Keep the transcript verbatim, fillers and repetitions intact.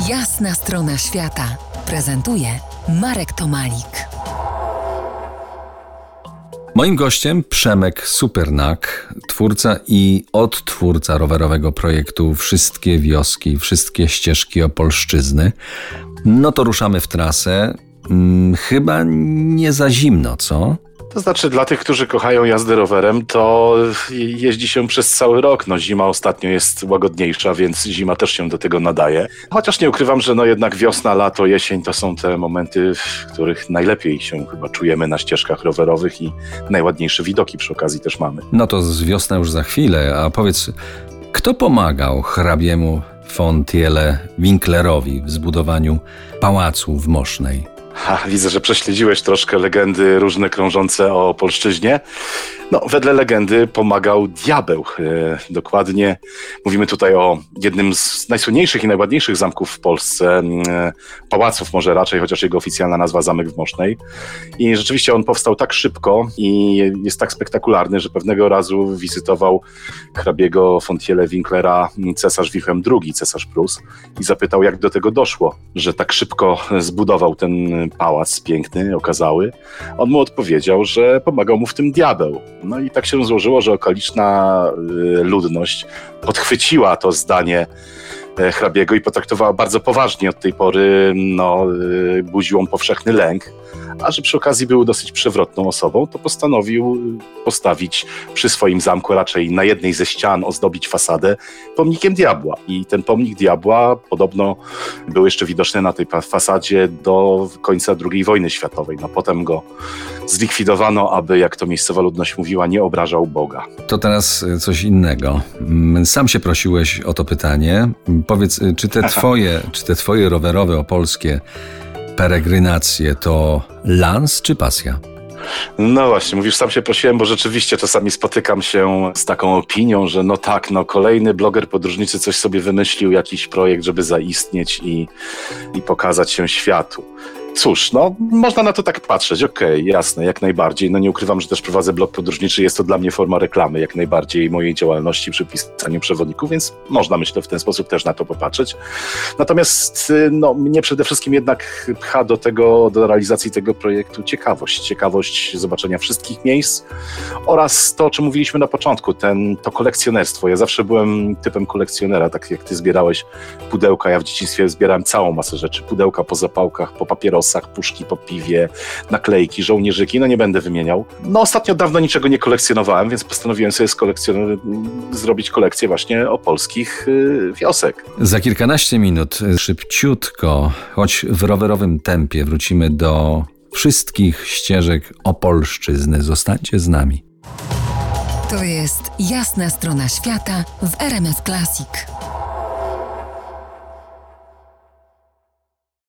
Jasna strona świata prezentuje Marek Tomalik. Moim gościem Przemek Supernak, twórca i odtwórca rowerowego projektu Wszystkie wioski, wszystkie ścieżki Opolszczyzny. No to ruszamy w trasę. Hmm, chyba nie za zimno, co? To znaczy dla tych, którzy kochają jazdę rowerem, to jeździ się przez cały rok. No zima ostatnio jest łagodniejsza, więc zima też się do tego nadaje. Chociaż nie ukrywam, że no jednak wiosna, lato, jesień to są te momenty, w których najlepiej się chyba czujemy na ścieżkach rowerowych i najładniejsze widoki przy okazji też mamy. No to z wiosna już za chwilę, a powiedz, kto pomagał hrabiemu von Thiele-Winklerowi w zbudowaniu pałacu w Mosznej? Ha, widzę, że prześledziłeś troszkę legendy różne krążące o Opolszczyźnie. No, wedle legendy pomagał diabeł. E, dokładnie mówimy tutaj o jednym z najsłynniejszych i najładniejszych zamków w Polsce, e, pałaców może raczej, chociaż jego oficjalna nazwa Zamek w Mosznej. I rzeczywiście on powstał tak szybko i jest tak spektakularny, że pewnego razu wizytował hrabiego von Thiele-Winklera cesarz Wilhelm drugi, cesarz Prus, i zapytał, jak do tego doszło, że tak szybko zbudował ten pałac piękny, okazały. On mu odpowiedział, że pomagał mu w tym diabeł. No i tak się złożyło, że okoliczna ludność podchwyciła to zdanie hrabiego i potraktowała bardzo poważnie. Od tej pory no, budził on powszechny lęk, a że przy okazji był dosyć przewrotną osobą, to postanowił postawić przy swoim zamku, raczej na jednej ze ścian ozdobić fasadę pomnikiem diabła. I ten pomnik diabła podobno był jeszcze widoczny na tej fasadzie do końca drugiej wojny światowej. No potem go zlikwidowano, aby, jak to miejscowa ludność mówiła, nie obrażał Boga. To teraz coś innego. Sam się prosiłeś o to pytanie. Powiedz, czy te twoje, czy te twoje rowerowe opolskie peregrinacje to lans czy pasja? No właśnie, mówisz, sam się prosiłem, bo rzeczywiście czasami spotykam się z taką opinią, że no tak, no kolejny bloger podróżniczy coś sobie wymyślił, jakiś projekt, żeby zaistnieć i, i pokazać się światu. Cóż, no można na to tak patrzeć, okej, okay, jasne, jak najbardziej. No nie ukrywam, że też prowadzę blog podróżniczy, jest to dla mnie forma reklamy, jak najbardziej mojej działalności przy pisaniu przewodników, więc można, myślę, w ten sposób też na to popatrzeć. Natomiast no, mnie przede wszystkim jednak pcha do tego, do realizacji tego projektu ciekawość. Ciekawość zobaczenia wszystkich miejsc oraz to, o czym mówiliśmy na początku, ten, to kolekcjonerstwo. Ja zawsze byłem typem kolekcjonera, tak jak ty zbierałeś pudełka, ja w dzieciństwie zbierałem całą masę rzeczy, pudełka po zapałkach, po papierosach, puszki po piwie, naklejki, żołnierzyki, no nie będę wymieniał. No ostatnio dawno niczego nie kolekcjonowałem, więc postanowiłem sobie skolekcjon- zrobić kolekcję właśnie opolskich yy, wiosek. Za kilkanaście minut szybciutko, choć w rowerowym tempie, wrócimy do wszystkich ścieżek Opolszczyzny. Zostańcie z nami. To jest Jasna strona świata w R M F Classic.